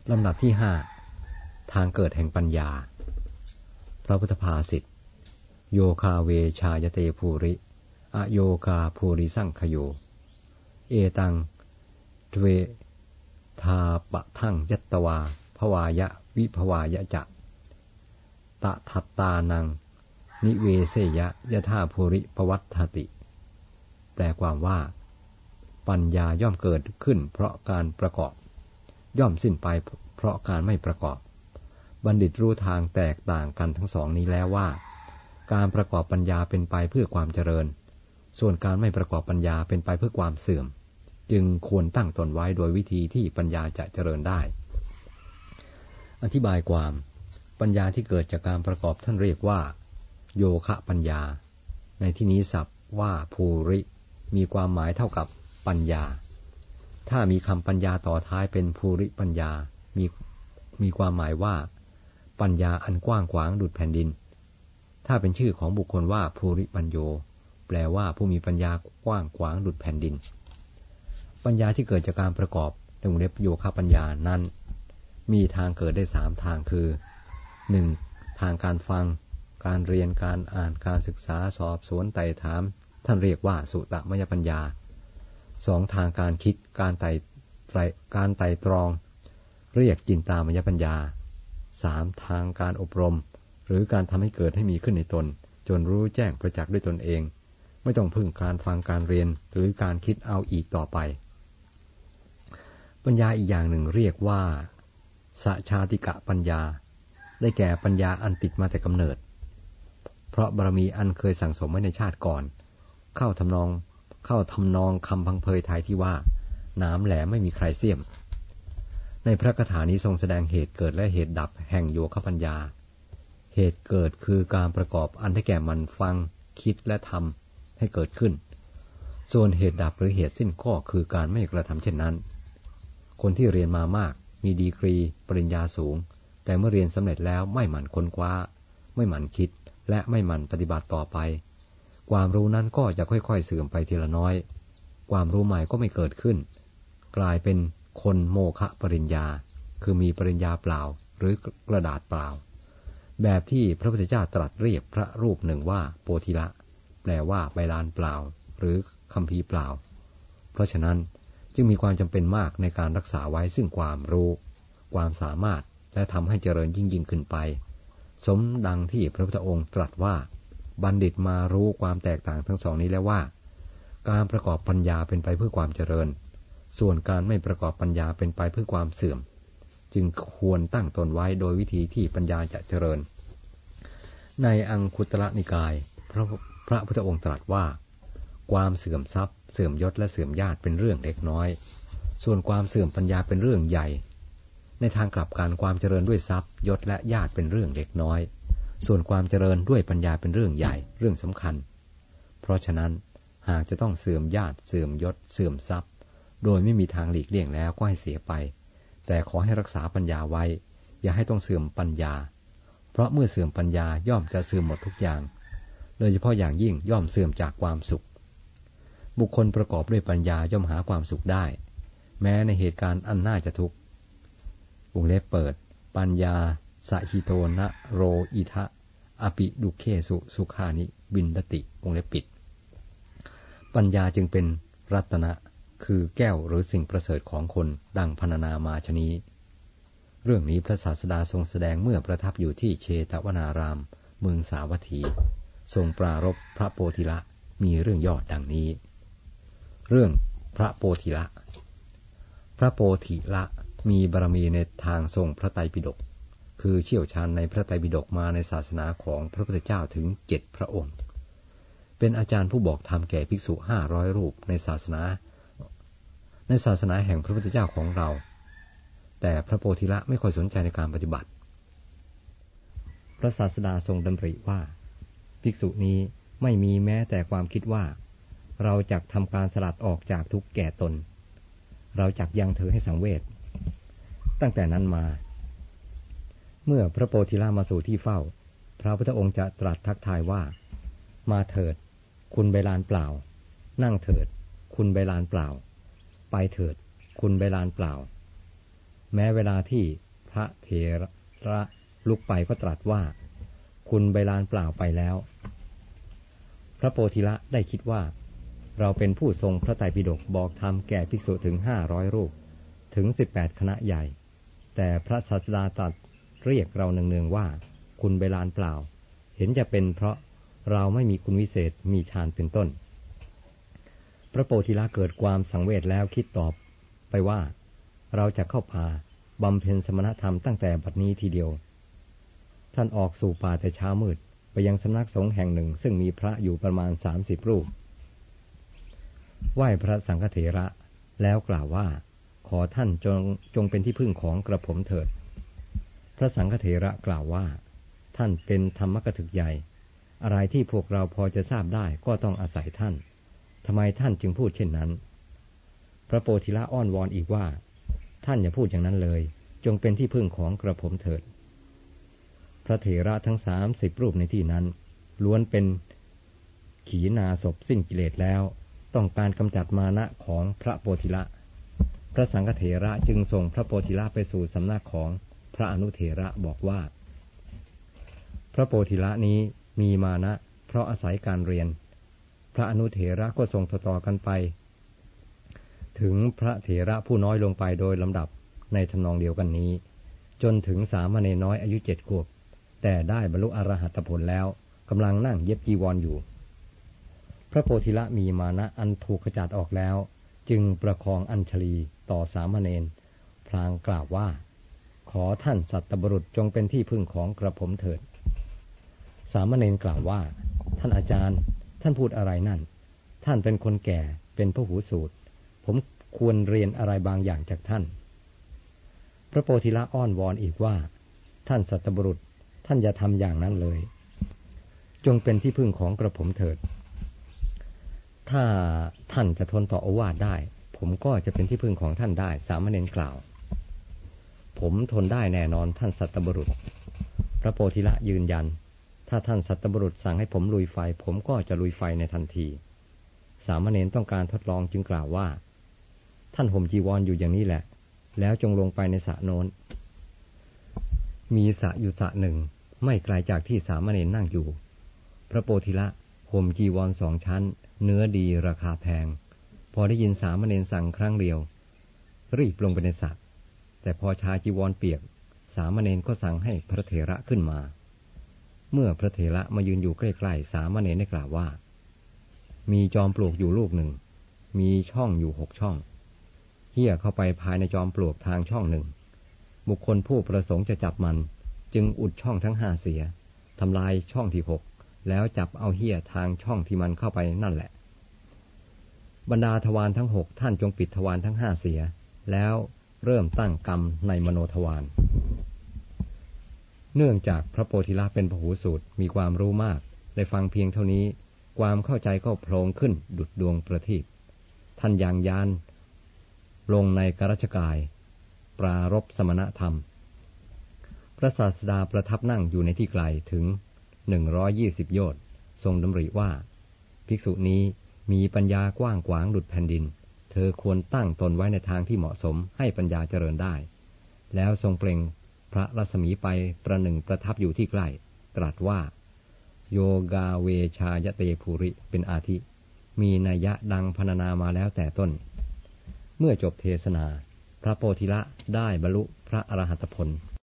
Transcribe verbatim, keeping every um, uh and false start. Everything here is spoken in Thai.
ลำดับที่ห้าทางเกิดแห่งปัญญาพระพุทธภาษิตโยคาเวชายเตภูริอโยคาภูริสังขโยเอตังทเวทาปะทังยัตตวาภวายะวิภวายะจะตะทัตตานังนิเวเสยะยะธาภูริปวัฏฐติแปลความว่าปัญญาย่อมเกิดขึ้นเพราะการประกอบย่อมสิ้นไปเพราะการไม่ประกอบบัณฑิตรู้ทางแตกต่างกันทั้งสองนี้แล้วว่าการประกอบปัญญาเป็นไปเพื่อความเจริญส่วนการไม่ประกอบปัญญาเป็นไปเพื่อความเสื่อมจึงควรตั้งตนไว้โดยวิธีที่ปัญญาจะเจริญได้อธิบายความปัญญาที่เกิดจากการประกอบท่านเรียกว่าโยคะปัญญาในที่นี้ศัพท์ว่าภูริมีความหมายเท่ากับปัญญาถ้ามีคำปัญญาต่อท้ายเป็นภูริปัญญามีมีความหมายว่าปัญญาอันกว้างขวางดุจแผ่นดินถ้าเป็นชื่อของบุคคลว่าภูริปัญโยแปลว่าผู้มีปัญญากว้างขวางดุจแผ่นดินปัญญาที่เกิดจากการประกอบในวงเล็บโยคะปัญญานั้นมีทางเกิดได้สามทางคือหนึ่งทางการฟังการเรียนการอ่านการศึกษาสอบสวนไต่ถามท่านเรียกว่าสุตมยปัญญาสองทางการคิดการไต่การไต่ตรองเรียกจินตามยปัญญาสามทางการอบรมหรือการทำให้เกิดให้มีขึ้นในตนจนรู้แจ้งประจักษ์ด้วยตนเองไม่ต้องพึ่งการฟังการเรียนหรือการคิดเอาอีกต่อไปปัญญาอีกอย่างหนึ่งเรียกว่าสัจฉาติกะปัญญาได้แก่ปัญญาอันติดมาแต่กำเนิดเพราะบารมีอันเคยสั่งสมไว้ในชาติก่อนเข้าทำนองเข้าทำนองคำพังเพยไทยที่ว่าหนามแหลมไม่มีใครเสี้ยมในพระคาถานี้ทรงแสดงเหตุเกิดและเหตุดับแห่งโยคะปัญญาเหตุเกิดคือการประกอบอันให้แก่มันฟังคิดและทำให้เกิดขึ้นส่วนเหตุดับหรือเหตุสิ้นก็คือการไม่กระทำเช่นนั้นคนที่เรียนมามากมีดีกรีปริญญาสูงแต่เมื่อเรียนสำเร็จแล้วไม่หมั่นค้นคว้าไม่หมั่นคิดและไม่หมั่นปฏิบัติต่อไปความรู้นั้นก็จะค่อยๆเสื่อมไปทีละน้อยความรู้ใหม่ก็ไม่เกิดขึ้นกลายเป็นคนโมฆะปริญญาคือมีปริญญาเปล่าหรือกระดาษเปล่าแบบที่พระพุทธเจ้าตรัสเรียกพระรูปหนึ่งว่าโพธิละแปลว่าใบลานเปล่าหรือคัมภีร์เปล่าเพราะฉะนั้นจึงมีความจำเป็นมากในการรักษาไว้ซึ่งความรู้ความสามารถและทำให้เจริญยิ่งยิ่งขึ้นไปสมดังที่พระพุทธองค์ตรัสว่าบัณฑิตมารู้ความแตกต่างทั้งสองนี้แล้วว่าการประกอบปัญญาเป็นไปเพื่อความเจริญส่วนการไม่ประกอบปัญญาเป็นไปเพื่อความเสื่อมจึงควรตั้งตนไว้โดยวิธีที่ปัญญาจะเจริญในอังคุตรนิกายพระพระพุทธองค์ตรัสว่าความเสื่อมทรัพย์เสื่อมยศและเสื่อมญาติเป็นเรื่องเล็กน้อยส่วนความเสื่อมปัญญาเป็นเรื่องใหญ่ในทางกลับกันความเจริญด้วยทรัพย์ยศและญาติเป็นเรื่องเล็กน้อยส่วนความเจริญด้วยปัญญาเป็นเรื่องใหญ่เรื่องสำคัญเพราะฉะนั้นหากจะต้องเสื่อมญาติเสื่อมยศเสื่อมทรัพย์โดยไม่มีทางหลีกเลี่ยงแล้วก็ให้เสียไปแต่ขอให้รักษาปัญญาไว้อย่าให้ต้องเสื่อมปัญญาเพราะเมื่อเสื่อมปัญญาย่อมจะเสื่อมหมดทุกอย่างโดยเฉพาะอย่างยิ่งย่อมเสื่อมจากความสุขบุคคลประกอบด้วยปัญญาย่อมหาความสุขได้แม้ในเหตุการณ์อันน่าจะทุกข์วงเล็บเปิดปัญญาสะหิโตนะโรอิทะอปิดุเคสุสุขานิบินดติวงเล็บปิดปัญญาจึงเป็นรัตนะคือแก้วหรือสิ่งประเสริฐของคนดังพรรณนามาชนี้เรื่องนี้พระศาสดาทรงแสดงเมื่อประทับอยู่ที่เชตวนารามเมืองสาวัตถีทรงปรารภพระโพธิละมีเรื่องย่อดังนี้เรื่องพระโพธิละพระโพธิละมีบารมีในทางทรงพระไตรปิฎกคือเชี่ยวชาญในพระไตรปิฎกมาในศาสนาของพระพุทธเจ้าถึงเจ็ดพระองค์เป็นอาจารย์ผู้บอกธรรมแก่ภิกษุห้าร้อยรูปในศาสนาในศาสนาแห่งพระพุทธเจ้าของเราแต่พระโพธิละไม่ค่อยสนใจในการปฏิบัติพระศาสดาทรงดำริว่าภิกษุนี้ไม่มีแม้แต่ความคิดว่าเราจักทำการสลัดออกจากทุกข์แก่ตนเราจักยังเธอให้สังเวชตั้งแต่นั้นมาเมื่อพระโพธิละมาสู่ที่เฝ้าพระพุทธองค์จะตรัสทักทายว่ามาเถิดคุณใบลานเปล่านั่งเถิดคุณใบลานเปล่าไปเถิดคุณใบลานเปล่าแม้เวลาที่พระเถระลุกไปก็ตรัสว่าคุณใบลานเปล่าไปแล้วพระโพธิละได้คิดว่าเราเป็นผู้ทรงพระไตรปิฎกบอกธรรมแก่ภิกษุถึงห้าร้อยรูปถึงสิบแปดคณะใหญ่แต่พระศาสดาตรัสเรียกเราเนืองๆว่าคุณใบลานเปล่าเห็นจะเป็นเพราะเราไม่มีคุณวิเศษมีฌานเป็นต้นพระโพธิละเกิดความสังเวชแล้วคิดตอบไปว่าเราจะเข้าป่าบำเพ็ญสมณธรรมตั้งแต่บัดนี้ทีเดียวท่านออกสู่ป่าแต่เช้ามืดไปยังสำนักสงฆ์แห่งหนึ่งซึ่งมีพระอยู่ประมาณสามสิบรูปไหว้พระสังฆเถระแล้วกล่าวว่าขอท่านจงจงเป็นที่พึ่งของกระผมเถิดพระสังฆเถระกล่าวว่าท่านเป็นธรรมกถึกใหญ่อะไรที่พวกเราพอจะทราบได้ก็ต้องอาศัยท่านทำไมท่านจึงพูดเช่นนั้นพระโพธิละอ้อนวอนอีกว่าท่านอย่าพูดอย่างนั้นเลยจงเป็นที่พึ่งของกระผมเถิดพระเถระทั้งสามสิบรูปในที่นั้นล้วนเป็นขีณาสพสิ้นกิเลสแล้วต้องการกำจัดมานะของพระโพธิละพระสังฆเถระจึงส่งพระโพธิละไปสู่สำนักของพระอนุเถระบอกว่าพระโพธิละนี้มีมานะเพราะอาศัยการเรียนพระอนุเถระก็ส่งต่อๆกันไปถึงพระเถระผู้น้อยลงไปโดยลำดับในทำนองเดียวกันนี้จนถึงสามเณรน้อยอายุเจ็ดขวบแต่ได้บรรลุอรหัตผลแล้วกำลังนั่งเย็บจีวร อ, อยู่พระโพธิละมีมานะอันถูกขจัดออกแล้วจึงประคองอัญชลีต่อสามเณรพลางกล่าวว่าขอท่านสัตบุรุษจงเป็นที่พึ่งของกระผมเถิดสามเณรกล่าวว่าท่านอาจารย์ท่านพูดอะไรนั่นท่านเป็นคนแก่เป็นพหูสูตรผมควรเรียนอะไรบางอย่างจากท่านพระโพธิละอ้อนวอนอีกว่าท่านสัตบุรุษท่านอย่าทำอย่างนั้นเลยจงเป็นที่พึ่งของกระผมเถิดถ้าท่านจะทนต่อโอวาทได้ผมก็จะเป็นที่พึ่งของท่านได้สามเณรกล่าวผมทนได้แน่นอนท่านสัตบุรุษพระโพธิละยืนยันถ้าท่านสัตบุรุษสั่งให้ผมลุยไฟผมก็จะลุยไฟในทันทีสามเณรต้องการทดลองจึงกล่าวว่าท่านห่มจีวร อ, อยู่อย่างนี้แหละแล้วจงลงไปในสระโน้นมีสระอยู่สระหนึ่งไม่ไกลจากที่สามเณรนั่งอยู่พระโพธิละห่มจีวรสองชั้นเนื้อดีราคาแพงพอได้ยินสามเณรสั่งครั้งเดียวรีบลงไปในสระแต่พอชายจีวรเปียกสามเณรก็สั่งให้พระเถระขึ้นมาเมื่อพระเถระมายืนอยู่ใกล้ๆสามเณรได้กล่าวว่ามีจอมปลวกอยู่ลูกหนึ่งมีช่องอยู่หกช่องเหี้ยเข้าไปภายในจอมปลวกทางช่องหนึ่งบุคคลผู้ประสงค์จะจับมันจึงอุดช่องทั้งห้าเสียทำลายช่องที่หกแล้วจับเอาเหี้ยทางช่องที่มันเข้าไปนั่นแหละบรรดาทวารทั้งหกท่านจงปิดทวารทั้งห้าเสียแล้วเริ่มตั้งกรรมในมโนทวารเนื่องจากพระโพธิละเป็นพหูสูตรมีความรู้มากได้ฟังเพียงเท่านี้ความเข้าใจก็โผล่ขึ้นดุจดวงประทีปท่านยังยานลงในกรัชกายปรารภสมณธรรมพระศาสดาประทับนั่งอยู่ในที่ไกลถึงหนึ่งร้อยยี่สิบโยชน์ทรงดำริว่าภิกษุนี้มีปัญญากว้างขวางดุจแผ่นดินเธอควรตั้งตนไว้ในทางที่เหมาะสมให้ปัญญาเจริญได้แล้วทรงเปล่งพระรัศมีไปประหนึ่งประทับอยู่ที่ใกล้ตรัสว่าโยกาเวชายเตภูริเป็นอาทิมีนัยยะดังพรรณนามาแล้วแต่ต้นเมื่อจบเทศนาพระโพธิละได้บรรลุพระอรหัตผล